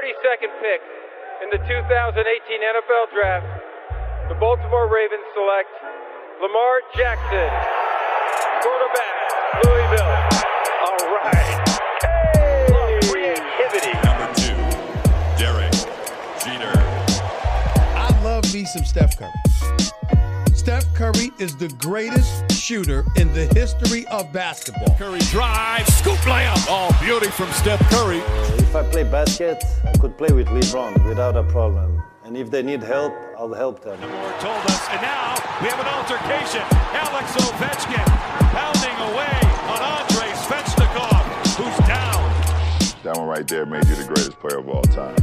32nd pick in the 2018 NFL Draft, the Baltimore Ravens select Lamar Jackson, quarterback, Louisville. All right. Hey! Creativity. Number 2, Derek Jeter. I love me some Steph Curry. Steph Curry is the greatest shooter in the history of basketball. Curry drive, scoop layup. Oh, beauty from Steph Curry. If I play basket, I could play with LeBron without a problem. And if they need help, I'll help them. Moore told us, and now we have an altercation. Alex Ovechkin pounding away on Andrei Svechnikov, who's down. That one right there made you the greatest player of all time.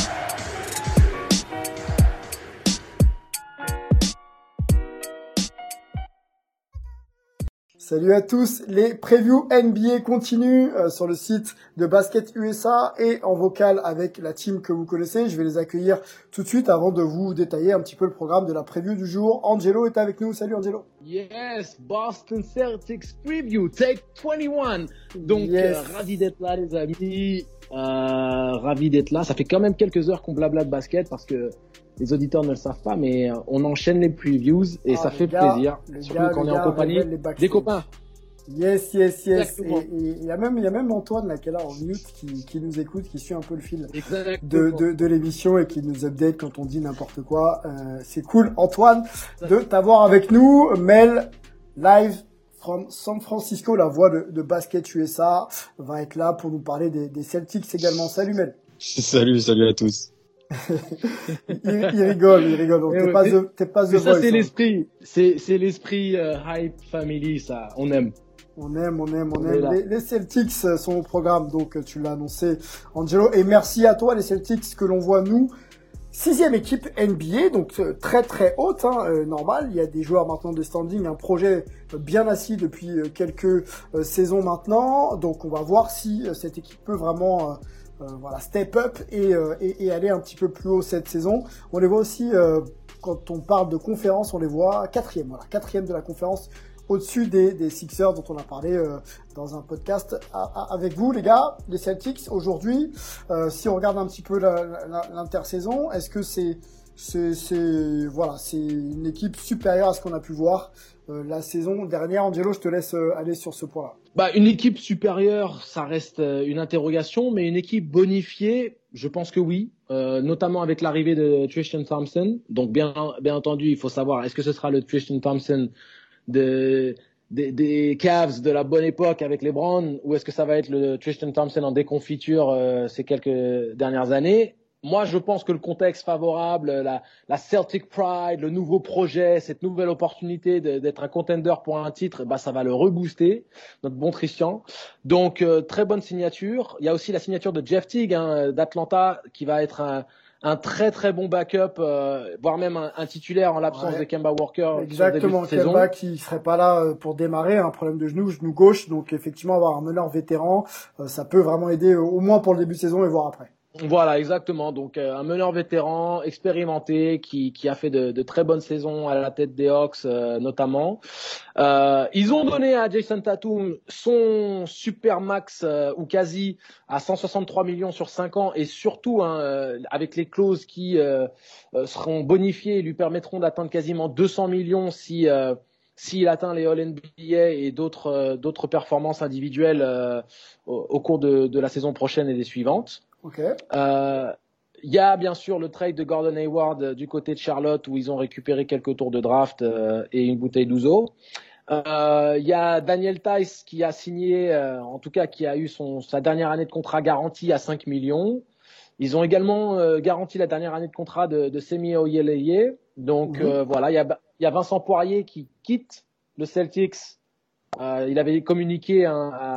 Salut à tous, les previews NBA continuent sur le site de Basket USA et en vocal avec la team que vous connaissez. Je vais les accueillir tout de suite avant de vous détailler un petit peu le programme de la preview du jour. Angelo est avec nous, salut Angelo. Yes, Boston Celtics preview, take 21. Donc, yes. Ravi d'être là les amis, ravi d'être là. Ça fait quand même quelques heures qu'on blabla de basket parce que les auditeurs ne le savent pas, mais on enchaîne les previews et ça fait plaisir. Surtout quand on est en compagnie des copains. Yes. Exactement. Et il y a même Antoine là qui est là en mute qui nous écoute, qui suit un peu le fil Exactement. de l'émission et qui nous update quand on dit n'importe quoi. C'est cool Antoine de t'avoir avec nous. Mel live from San Francisco, la voix de Basket USA va être là pour nous parler des Celtics également. Salut Mel. Salut à tous. il rigole. Donc t'es pas the ça voice. C'est l'esprit, c'est l'esprit hype family, ça. On aime. On aime. Les Celtics sont au programme, donc tu l'as annoncé, Angelo. Et merci à toi, les Celtics, que l'on voit nous. 6e équipe NBA, donc très très haute, normal. Il y a des joueurs maintenant de standing, un projet bien assis depuis quelques saisons maintenant. Donc on va voir si cette équipe peut vraiment step up et aller un petit peu plus haut cette saison. On les voit aussi, quand on parle de conférence, on les voit quatrième de la conférence, au-dessus des Sixers dont on a parlé dans un podcast avec vous, les gars. Les Celtics, aujourd'hui, si on regarde un petit peu l'intersaison, est-ce que c'est une équipe supérieure à ce qu'on a pu voir la saison dernière? Angelo, je te laisse aller sur ce point-là. Une équipe supérieure, ça reste une interrogation, mais une équipe bonifiée, je pense que oui, notamment avec l'arrivée de Tristan Thompson. Donc bien entendu, il faut savoir, est-ce que ce sera le Tristan Thompson des Cavs de la bonne époque avec les Browns, ou est-ce que ça va être le Tristan Thompson en déconfiture ces quelques dernières années? Moi, je pense que le contexte favorable, la Celtic Pride, le nouveau projet, cette nouvelle opportunité d'être un contender pour un titre, ça va le rebooster, notre bon Christian. Donc, très bonne signature. Il y a aussi la signature de Jeff Teague, d'Atlanta, qui va être un très très bon backup, voire même un titulaire en l'absence de Kemba Walker. Exactement, Kemba qui serait pas là pour démarrer, un problème de genou gauche. Donc, effectivement, avoir un meneur vétéran, ça peut vraiment aider au moins pour le début de saison et voir après. Voilà, exactement. Donc un meneur vétéran, expérimenté, qui a fait de très bonnes saisons à la tête des Hawks notamment. Ils ont donné à Jason Tatum son super max ou quasi à 163 millions sur 5 ans et surtout avec les clauses qui seront bonifiées et lui permettront d'atteindre quasiment 200 millions s'il atteint les All-NBA et d'autres performances individuelles au cours de la saison prochaine et des suivantes. Okay. Il y a bien sûr le trade de Gordon Hayward du côté de Charlotte où ils ont récupéré quelques tours de draft et une bouteille d'ouzo. Il y a Daniel Theis qui a signé, en tout cas qui a eu sa dernière année de contrat garantie à 5 millions. Ils ont également garanti la dernière année de contrat de Semi Ojeleye. Donc voilà, il y a Vincent Poirier qui quitte le Celtics. Il avait communiqué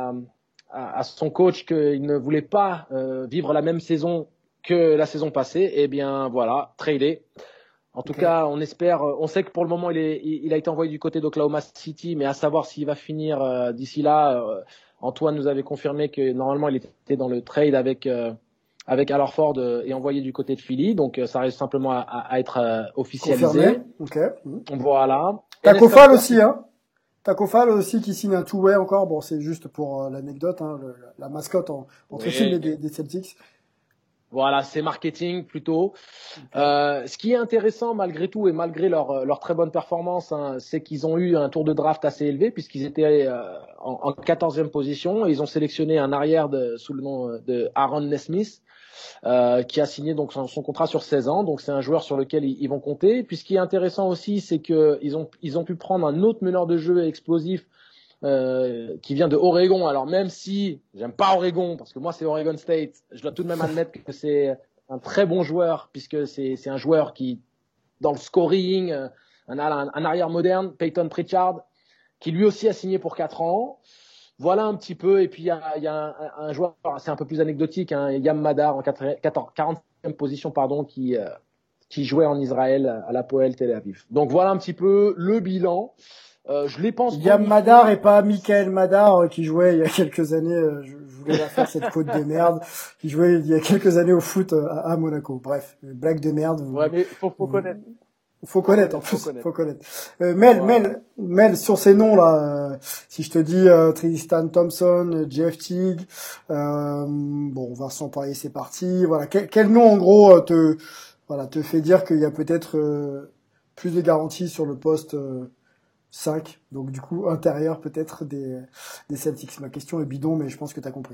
à son coach qu'il ne voulait pas vivre la même saison que la saison passée. Eh bien voilà, tradé. En tout cas, on espère. On sait que pour le moment, il a été envoyé du côté d'Oklahoma City, mais à savoir s'il va finir d'ici là. Antoine nous avait confirmé que normalement, il était dans le trade avec Al Horford et envoyé du côté de Philly. Donc ça reste simplement à être officialisé. Confirmé. Voilà. Taco Fall aussi, hein. Taco Fall aussi qui signe un two-way encore. Bon, c'est juste pour l'anecdote, la mascotte entre Philly et des Celtics. Voilà, c'est marketing plutôt. Ce qui est intéressant malgré tout et malgré leur très bonne performance, hein, c'est qu'ils ont eu un tour de draft assez élevé puisqu'ils étaient en 14e position et ils ont sélectionné un arrière sous le nom de Aaron Nesmith qui a signé donc son contrat sur 16 ans. Donc c'est un joueur sur lequel ils vont compter. Puis ce qui est intéressant aussi, c'est que ils ont pu prendre un autre meneur de jeu explosif qui vient de Oregon. Alors même si j'aime pas Oregon parce que moi c'est Oregon State, je dois tout de même admettre que c'est un très bon joueur puisque c'est un joueur qui dans le scoring, un arrière moderne, Peyton Pritchard, qui lui aussi a signé pour 4 ans. Voilà un petit peu. Et puis il y a un joueur, c'est un peu plus anecdotique, hein, Yam Madar en 40e position qui jouait en Israël à l'Hapoel Tel Aviv. Donc voilà un petit peu le bilan. Je les pense. Yam Madar et pas Michael Madar qui jouait il y a quelques années. Je voulais la faire cette faute de merde. Qui jouait il y a quelques années au foot à Monaco. Bref, blague de merde. Ouais, mais faut connaître. Faut connaître en plus. Faut connaître. Mel, sur ces noms là, si je te dis Tristan Thompson, Jeff Teague, bon, Vincent Poirier, c'est parti. Voilà, quel nom en gros te fait dire qu'il y a peut-être plus de garanties sur le poste 5, donc du coup intérieur peut-être des Celtics. Ma question est bidon, mais je pense que t'as compris.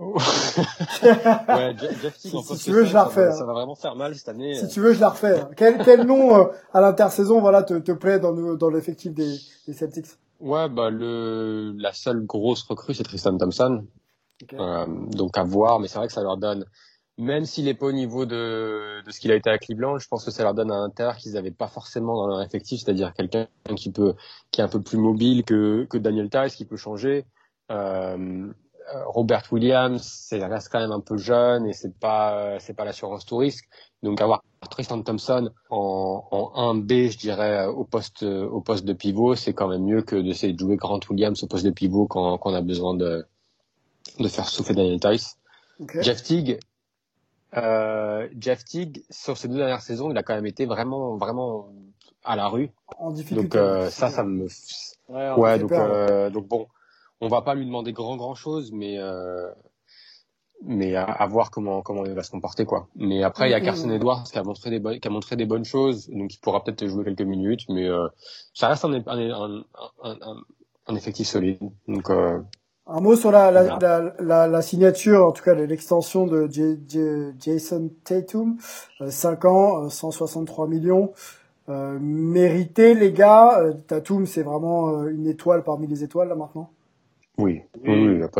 Ouais, Jeff Teague en poste 5, tu veux, je la refais. Ça va vraiment faire mal cette année. Si tu veux, je la refais. Quel nom à l'intersaison, voilà, te plaît dans l'effectif des Celtics? Ouais, la seule grosse recrue c'est Tristan Thompson. Okay. Donc à voir, mais c'est vrai que ça leur donne, même s'il est pas au niveau de ce qu'il a été à Cleveland, je pense que ça leur donne un intérieur qu'ils n'avaient pas forcément dans leur effectif, c'est-à-dire quelqu'un qui est un peu plus mobile que Daniel Theis, qui peut changer. Robert Williams, ça reste quand même un peu jeune et c'est pas l'assurance tout risque. Donc avoir Tristan Thompson en 1B, je dirais, au poste de pivot, c'est quand même mieux que d'essayer de jouer Grant Williams au poste de pivot quand on a besoin de faire souffler Daniel Theis. Okay. Jeff Teague, sur ces 2 dernières saisons, il a quand même été vraiment, vraiment à la rue. En difficulté. Donc ça me. Donc bon, on va pas lui demander grand chose, mais à voir comment il va se comporter, quoi. Mais après il y a Carson Edwards qui a montré des bonnes choses, donc il pourra peut-être jouer quelques minutes, mais ça reste un effectif solide. Donc un mot sur la signature, en tout cas l'extension de Jason Tatum, 5 ans, 163 millions. Mérité, les gars. Tatum, c'est vraiment une étoile parmi les étoiles là maintenant. Oui, il y a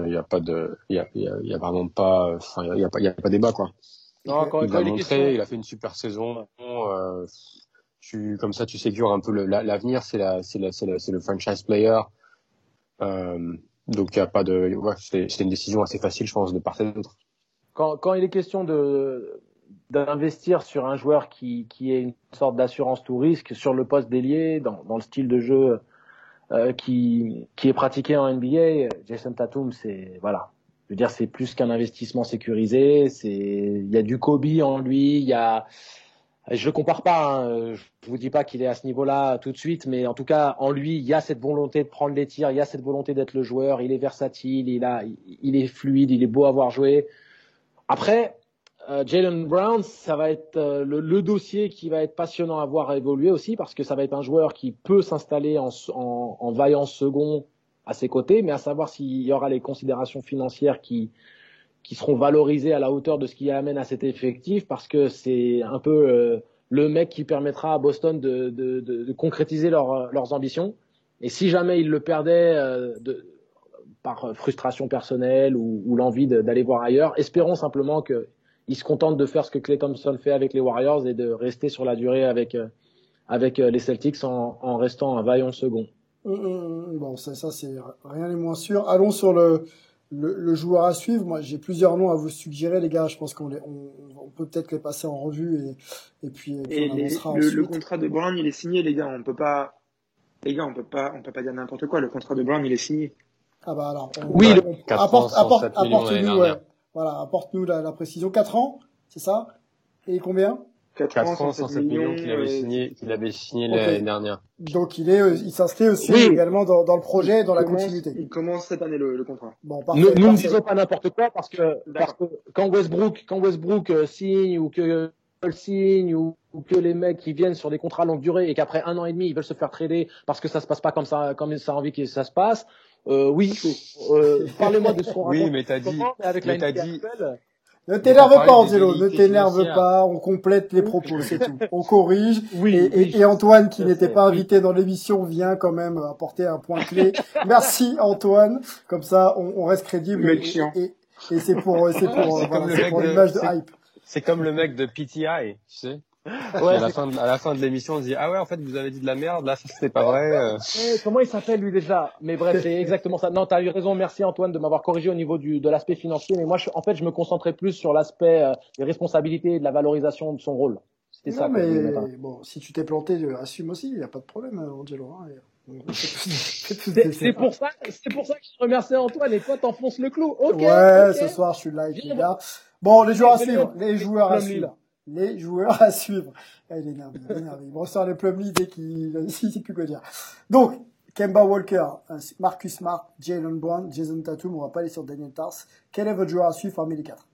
vraiment pas, enfin il y a pas débat, quoi. Non, il a fait une super saison. Comme ça tu sécures un peu l'avenir, c'est le franchise player. Donc il y a pas de, c'est une décision assez facile, je pense, de part et d'autre. Quand il est question d'investir sur un joueur qui est une sorte d'assurance tout risque sur le poste d'ailier dans le style de jeu qui est pratiqué en NBA, Jason Tatum, c'est je veux dire, c'est plus qu'un investissement sécurisé. Il y a du Kobe en lui, je le compare pas, hein, je vous dis pas qu'il est à ce niveau-là tout de suite, mais en tout cas en lui, il y a cette volonté de prendre les tirs, il y a cette volonté d'être le joueur, il est versatile, il est fluide, il est beau à voir jouer. Après, Jaylen Brown, ça va être le dossier qui va être passionnant à voir évoluer aussi, parce que ça va être un joueur qui peut s'installer en vaillant second à ses côtés, mais à savoir s'il y aura les considérations financières qui seront valorisées à la hauteur de ce qui amène à cet effectif, parce que c'est un peu le mec qui permettra à Boston de concrétiser leurs ambitions. Et si jamais ils le perdaient par frustration personnelle ou l'envie d'aller voir ailleurs, espérons simplement que il se contente de faire ce que Klay Thompson fait avec les Warriors et de rester sur la durée avec les Celtics en restant un vaillant second. Bon, ça c'est rien n'est moins sûr. Allons sur le joueur à suivre. Moi, j'ai plusieurs noms à vous suggérer, les gars. Je pense qu'on peut peut-être les passer en revue et puis on avancera ensuite. Le contrat de Brown, il est signé, les gars. On peut pas dire n'importe quoi. Le contrat de Brown, il est signé. Ah bah alors. Oui, apporte-nous la précision. 4 ans, c'est ça? Et combien? 4 ans, 107 millions qu'il avait signé l'année dernière. Donc il s'inscrit aussi également dans le projet, dans la continuité. Il commence cette année le contrat. Bon, parfait. Nous ne disons pas n'importe quoi parce que quand Westbrook signe ou que Paul signe ou que les mecs qui viennent sur des contrats longue durée et qu'après 1 an et demi ils veulent se faire trader parce que ça se passe pas comme ça a envie que ça se passe. Parlez-moi de ce qu'on raconte. Oui, mais t'as dit. Ne t'énerve pas, Angelo, ne t'énerve pas, on complète les propos, c'est tout. On corrige. Et Antoine, qui n'était pas invité dans l'émission, vient quand même apporter un point clé. Merci, Antoine. Comme ça, on reste crédible. Et c'est pour l'image de hype. C'est comme le mec de PTI, tu sais. Ouais, à la fin de l'émission, on se dit ah ouais, en fait vous avez dit de la merde, là ça c'était pas vrai. Comment il s'appelle lui déjà? Mais bref, c'est exactement ça. Non, t'as eu raison, merci Antoine de m'avoir corrigé au niveau de l'aspect financier, mais moi je me concentrais plus sur l'aspect des responsabilités et de la valorisation de son rôle. C'était ça. Mais bon, si tu t'es planté, assume aussi, il y a pas de problème, Angelo. C'est pour ça que je remercie Antoine et toi t'enfonces le clou. Okay. Ce soir je suis live, les gars. Bon, les joueurs à suivre. Il est énervé. Il me ressort les plumleys dès qu'il sait plus quoi dire. Donc, Kemba Walker, Marcus Smart, Jaylen Brown, Jason Tatum, on va pas aller sur Daniel Tars. Quel est votre joueur à suivre parmi les 4?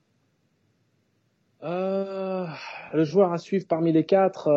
Le joueur à suivre parmi les 4,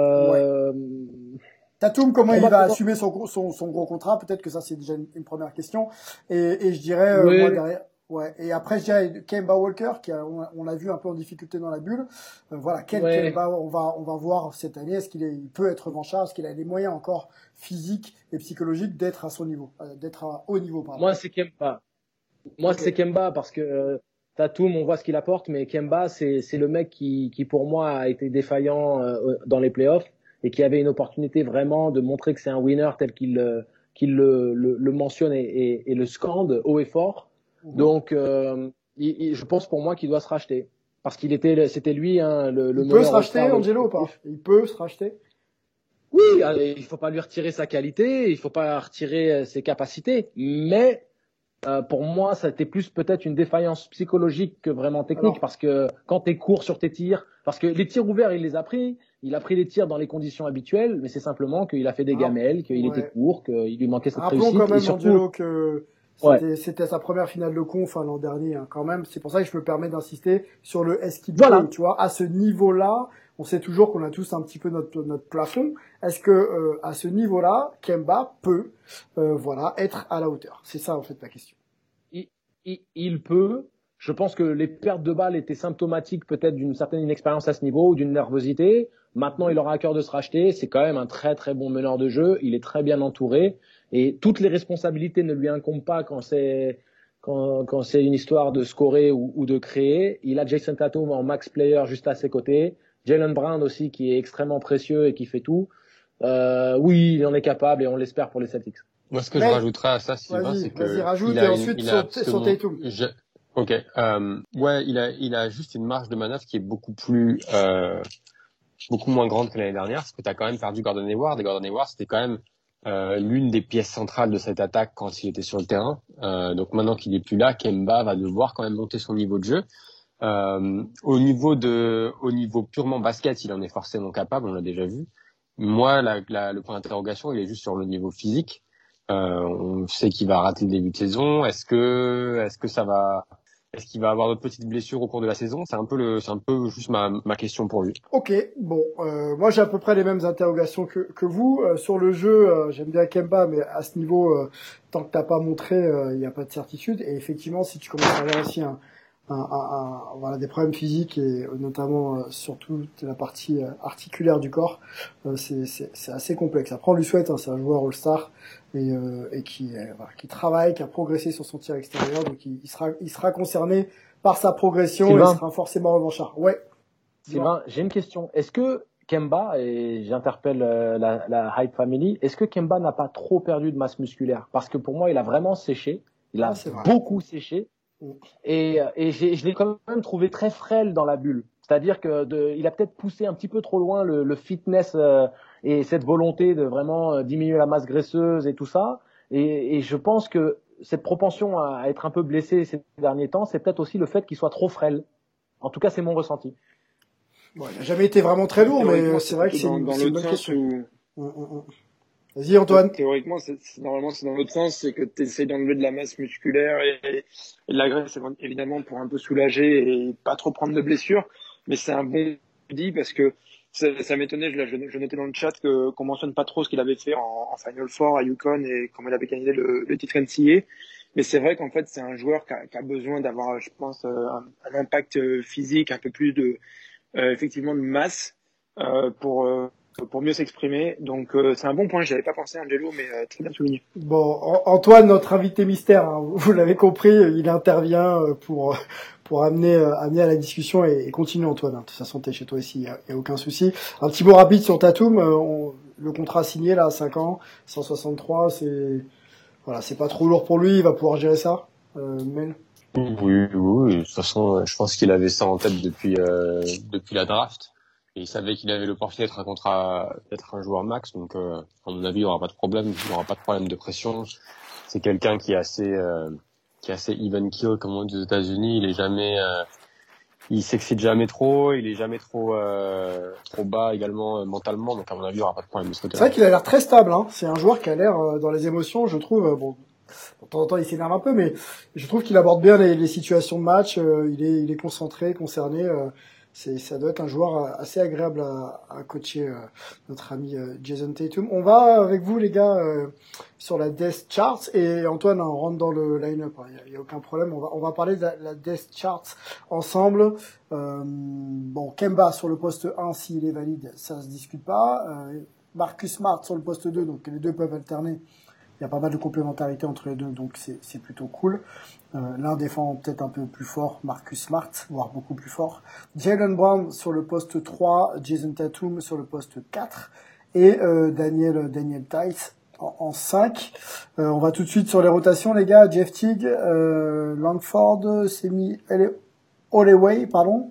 Tatum, comment il va assumer son gros contrat? Peut-être que ça c'est déjà une première question. Et je dirais, moi derrière, et après, je dirais Kemba Walker, on l'a vu un peu en difficulté dans la bulle. Kemba, on va voir cette année, est-ce il peut être revanchard, est-ce qu'il a les moyens encore physiques et psychologiques d'être à son niveau, d'être à haut niveau, pardon. Moi, c'est Kemba parce que Tatum, on voit ce qu'il apporte, mais Kemba, c'est le mec qui pour moi a été défaillant dans les playoffs et qui avait une opportunité vraiment de montrer que c'est un winner tel qu'il le mentionne et le scande haut et fort. Donc, je pense pour moi qu'il doit se racheter. Parce c'était lui, le Il peut se racheter, Angelo, ou pas? Il peut se racheter? Oui, il faut pas lui retirer sa qualité, il faut pas retirer ses capacités. Mais, pour moi, ça a été plus peut-être une défaillance psychologique que vraiment technique. Parce que quand t'es court sur tes tirs, parce que les tirs ouverts, il les a pris. Il a pris les tirs dans les conditions habituelles, mais c'est simplement qu'il a fait des gamelles, qu'il était court, qu'il lui manquait cette réussite. Rappelons quand même, surtout, Angelo, que c'était sa première finale de conf l'an dernier, quand même. C'est pour ça que je me permets d'insister sur le est-ce qu'il peut, tu vois, à ce niveau-là, on sait toujours qu'on a tous un petit peu notre plafond. Est-ce que à ce niveau-là, Kemba peut, être à la hauteur? C'est ça en fait la question. Il peut. Je pense que les pertes de balles étaient symptomatiques peut-être d'une certaine inexpérience à ce niveau ou d'une nervosité. Maintenant, il aura à cœur de se racheter. C'est quand même un très très bon meneur de jeu. Il est très bien entouré et toutes les responsabilités ne lui incombent pas quand c'est une histoire de scorer ou de créer. Il a Jason Tatum en max player juste à ses côtés. Jaylen Brown aussi qui est extrêmement précieux et qui fait tout. Oui, il en est capable et on l'espère pour les Celtics. Moi, ce que je rajouterais à ça, Sylvain, c'est que vas-y, rajoute et ensuite sur Tatum. Ok. Il a juste une marge de manœuvre qui est beaucoup moins grande que l'année dernière, parce que t'as quand même perdu Gordon Hayward, et Gordon Hayward, c'était quand même l'une des pièces centrales de cette attaque quand il était sur le terrain. Donc maintenant qu'il est plus là, Kemba va devoir quand même monter son niveau de jeu. Au niveau purement basket, il en est forcément capable, on l'a déjà vu. Moi, le point d'interrogation, il est juste sur le niveau physique. On sait qu'il va rater le début de saison. Est-ce qu'il va avoir d'autres petites blessures au cours de la saison? C'est un peu juste ma question pour lui. Ok, bon, moi j'ai à peu près les mêmes interrogations que vous. Sur le jeu, j'aime bien Kemba, mais à ce niveau, tant que t'as pas montré, il n'y a pas de certitude. Et effectivement, si tu commences à avoir aussi des problèmes physiques et notamment surtout la partie articulaire du corps, c'est assez complexe. Après, on lui souhaite, c'est un joueur All-Star et qui travaille, qui a progressé sur son tir extérieur, donc il sera concerné par sa progression. Sylvain, et il sera forcément revanchard. Ouais. Sylvain, j'ai une question. Est-ce que Kemba, et j'interpelle la Hype Family, est-ce que Kemba n'a pas trop perdu de masse musculaire? Parce que pour moi, il a vraiment séché. Il a beaucoup séché. Et je l'ai quand même trouvé très frêle dans la bulle. C'est-à-dire il a peut-être poussé un petit peu trop loin le fitness et cette volonté de vraiment diminuer la masse graisseuse et tout ça. Et je pense que cette propension à être un peu blessé ces derniers temps, c'est peut-être aussi le fait qu'il soit trop frêle. En tout cas, c'est mon ressenti. Bon, il n'a jamais été vraiment très lourd, mais c'est vrai que c'est une bonne question. Vas-y, Antoine. Théoriquement, normalement, c'est dans l'autre sens, c'est que tu essaies d'enlever de la masse musculaire et de la graisse, évidemment, pour un peu soulager et pas trop prendre de blessures. Mais c'est un bon dit parce que ça m'étonnait, je notais dans le chat qu'on mentionne pas trop ce qu'il avait fait en Final Four à UConn et comment il avait gagné le titre NCAA. Mais c'est vrai qu'en fait, c'est un joueur qui a besoin d'avoir, je pense, un impact physique, un peu plus effectivement, de masse, pour mieux s'exprimer. Donc, c'est un bon point. J'avais pas pensé, Angelo, mais très bien souligné. Bon, Antoine, notre invité mystère, hein, vous l'avez compris, il intervient pour amener à la discussion et continue, Antoine. Hein. De toute façon, t'es chez toi ici, y a aucun souci. Un petit mot rapide sur Tatum. Le contrat signé là, 5 ans, 163, c'est pas trop lourd pour lui. Il va pouvoir gérer ça, Mel. Oui. De toute façon, je pense qu'il avait ça en tête depuis la draft. Et il savait qu'il avait l'opportunité d'être un joueur max. Donc, à mon avis, il n'y aura pas de problème. Il n'y aura pas de problème de pression. C'est quelqu'un qui est assez even kill, comme on dit aux États-Unis. Il s'excite jamais trop. Il est jamais trop bas également mentalement. Donc, à mon avis, il n'y aura pas de problème de ce côté-là. C'est vrai qu'il a l'air très stable, hein. C'est un joueur qui a l'air, dans les émotions, je trouve, bon, de temps en temps, il s'énerve un peu, mais je trouve qu'il aborde bien les situations de match. Il est concentré, concerné. Ça doit être un joueur assez agréable à coacher, notre ami Jason Tatum. On va avec vous, les gars, sur la Death Chart. Et Antoine, on rentre dans le line-up. Il y a aucun problème. On va parler de la Death Chart ensemble. Bon, Kemba sur le poste 1, s'il est valide, ça se discute pas. Marcus Smart sur le poste 2, donc les deux peuvent alterner. Il y a pas mal de complémentarité entre les deux, donc c'est plutôt cool. L'un défend peut-être un peu plus fort, Marcus Smart, voire beaucoup plus fort. Jaylen Brown sur le poste 3, Jason Tatum sur le poste 4 et Daniel Theis en 5. On va tout de suite sur les rotations, les gars. Jeff Teague, Langford, Holloway.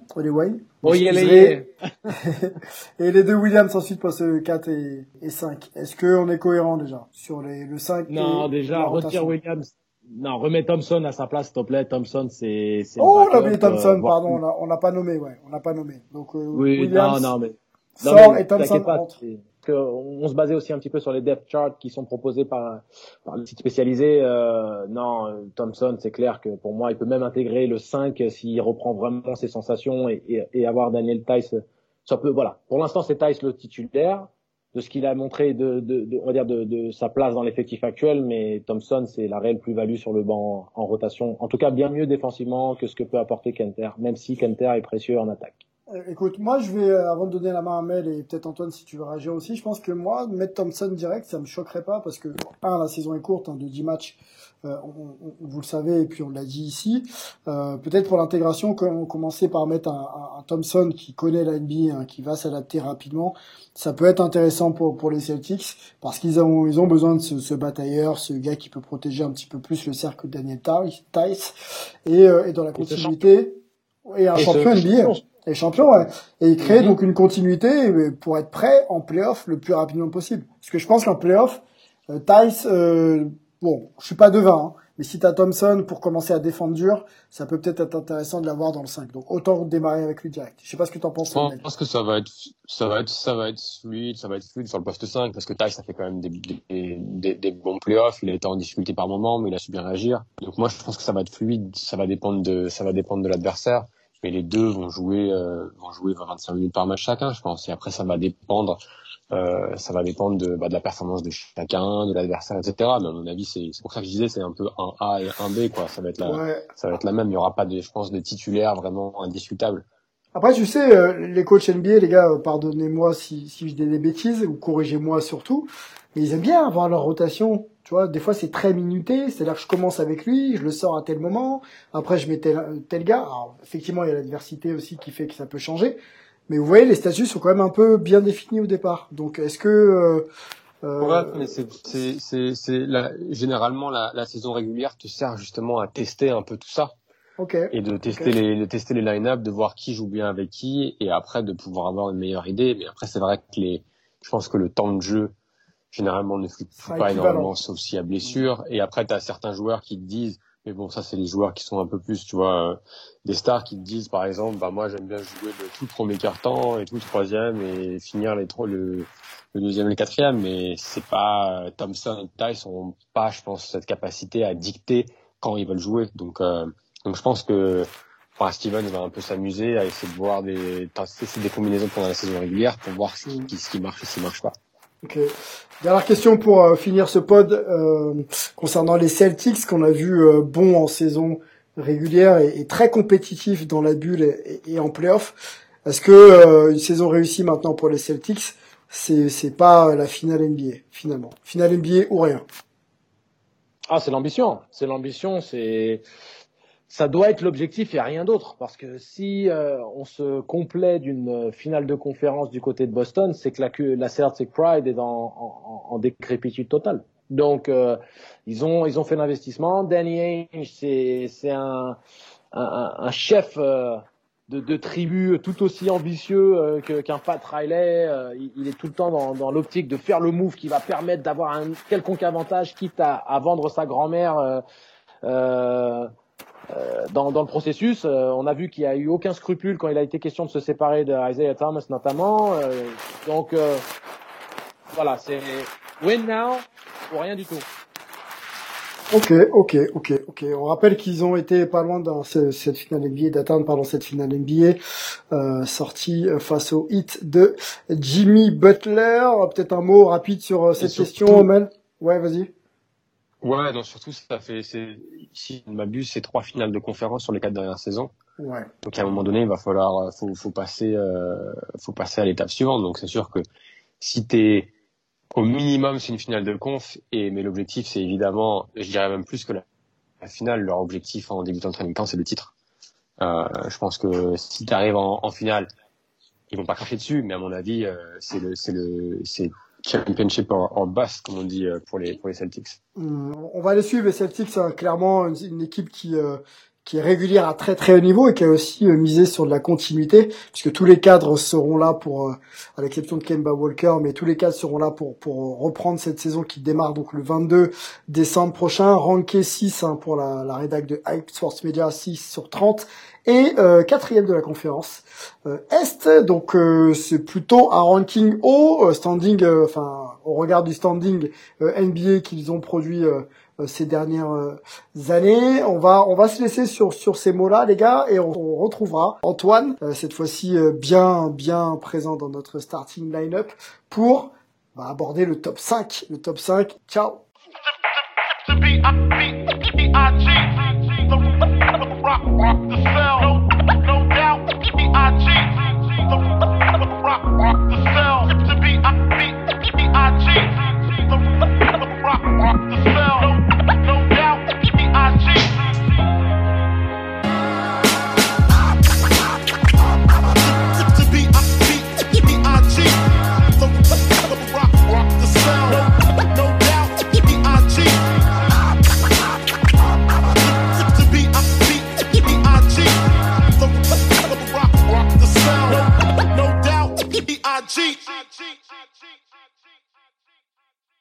Et les deux Williams ensuite poste 4 et 5. Est-ce qu'on est cohérent déjà sur le 5? Non, déjà, retire Williams. Non, remets Thompson à sa place, s'il te plaît. Thompson, c'est on a oublié Thompson, pardon, on l'a pas nommé, ouais. On l'a pas nommé. Donc, oui, Williams mais sort et Thompson rentre. On se basait aussi un petit peu sur les depth charts qui sont proposés par les sites spécialisés. Non, Thompson, c'est clair que pour moi, il peut même intégrer le 5 s'il reprend vraiment ses sensations et avoir Daniel Theis. Ça peut, voilà. Pour l'instant, c'est Theis le titulaire de ce qu'il a montré on va dire de sa place dans l'effectif actuel, mais Thompson, c'est la réelle plus-value sur le banc en rotation. En tout cas, bien mieux défensivement que ce que peut apporter Kenter, même si Kenter est précieux en attaque. Écoute, moi, je vais, avant de donner la main à Mel et peut-être Antoine, si tu veux réagir aussi, je pense que moi, mettre Thompson direct, ça me choquerait pas parce que, la saison est courte, de 10 matchs, vous le savez, et puis on l'a dit ici. Peut-être pour l'intégration, on commençait par mettre un Thompson qui connaît la NBA, qui va s'adapter rapidement. Ça peut être intéressant pour les Celtics parce qu'ils ont besoin de ce batailleur, ce gars qui peut protéger un petit peu plus le cercle de Daniel Theis et dans la continuité, et un champion NBA. Et champion, ouais. Et il crée donc une continuité pour être prêt en play-off le plus rapidement possible. Parce que je pense qu'en play-off, Theis, bon, je suis pas devin, mais si t'as Thompson pour commencer à défendre dur, ça peut peut-être être intéressant de l'avoir dans le 5. Donc autant démarrer avec lui direct. Je sais pas ce que t'en penses. Je pense que ça va être fluide sur le poste 5 parce que Theis, ça fait quand même des bons playoffs. Il a été en difficulté par moment, mais il a su bien réagir. Donc moi, je pense que ça va être fluide. Ça va dépendre de l'adversaire. Mais les deux vont jouer 25 minutes par match chacun, je pense. Et après, ça va dépendre de la performance de chacun, de l'adversaire, etc. Mais à mon avis, c'est pour ça que je disais, c'est un peu un A et un B, quoi. Ça va être la même. Il y aura pas je pense, de titulaire vraiment indiscutable. Après, tu sais, les coachs NBA, les gars, pardonnez-moi si je dis des bêtises, ou corrigez-moi surtout, mais ils aiment bien avoir leur rotation. Tu vois, des fois, c'est très minuté, c'est-à-dire que je commence avec lui, je le sors à tel moment, après je mets tel gars. Alors, effectivement, il y a l'adversité aussi qui fait que ça peut changer, mais vous voyez, les statuts sont quand même un peu bien définis au départ. Donc, est-ce que... Ouais, mais généralement, la saison régulière te sert justement à tester un peu tout ça. Okay. Et de tester les line-up, de voir qui joue bien avec qui, et après de pouvoir avoir une meilleure idée. Mais après, c'est vrai que je pense que le temps de jeu, généralement, ne fluctue pas énormément, sauf s'il y a blessure. Et après, tu as certains joueurs qui te disent, Mais bon, ça, c'est les joueurs qui sont un peu plus, tu vois, des stars qui te disent, par exemple, bah, moi, j'aime bien jouer le tout premier quart-temps et tout le troisième et finir le deuxième et le quatrième. Mais c'est pas, Thompson et Tice ont pas, je pense, cette capacité à dicter quand ils veulent jouer. Donc je pense que, Steven va un peu s'amuser à essayer de voir tester des combinaisons pendant la saison régulière pour voir ce qui marche et ce qui marche pas. Ok. Dernière question pour finir ce pod concernant les Celtics qu'on a vu bons en saison régulière et très compétitifs dans la bulle et en playoff. Est-ce que une saison réussie maintenant pour les Celtics, c'est pas la finale NBA finalement, finale NBA ou rien? Ah, c'est l'ambition, ça doit être l'objectif et rien d'autre, parce que si on se complaît d'une finale de conférence du côté de Boston, c'est que la Celtic Pride est en décrépitude totale. Donc ils ont fait l'investissement. Danny Ainge, c'est un chef de tribu tout aussi ambitieux qu'un Pat Riley. Il est tout le temps dans l'optique de faire le move qui va permettre d'avoir un quelconque avantage, quitte à vendre sa grand-mère dans le processus. On a vu qu'il n'y a eu aucun scrupule quand il a été question de se séparer de Isaiah Thomas notamment. Donc voilà, c'est win now ou rien du tout. Ok. On rappelle qu'ils ont été pas loin dans cette finale NBA, d'atteindre cette finale NBA, sortie face au Heat de Jimmy Butler. Peut-être un mot rapide sur cette question, Mel. Ouais, vas-y. Ouais, non, surtout, si je ne m'abuse, c'est 3 finales de conférence sur les 4 dernières saisons. Ouais. Donc, à un moment donné, il va falloir, faut passer à l'étape suivante. Donc, c'est sûr que si au minimum, c'est une finale de conf, mais l'objectif, c'est évidemment, je dirais même plus que la finale, leur objectif en débutant de training camp, c'est le titre. Je pense que si tu arrives en finale, ils vont pas cracher dessus, mais à mon avis, c'est championship or bust, comme on dit pour les Celtics. On va les suivre, les Celtics, c'est clairement une équipe qui est régulière à très très haut niveau et qui a aussi misé sur de la continuité, puisque tous les cadres seront là à l'exception de Kemba Walker, mais tous les cadres seront là pour reprendre cette saison qui démarre donc le 22 décembre prochain, ranké 6 pour la rédac de Hype Sports Media, 6 sur 30, et 4e de la conférence Est, donc c'est plutôt un ranking haut, standing, au regard du standing NBA qu'ils ont produit ces dernières années. On va se laisser sur ces mots-là, les gars, et on retrouvera Antoine, cette fois-ci bien présent dans notre starting line-up, pour aborder le top 5. Le top 5. Ciao. G.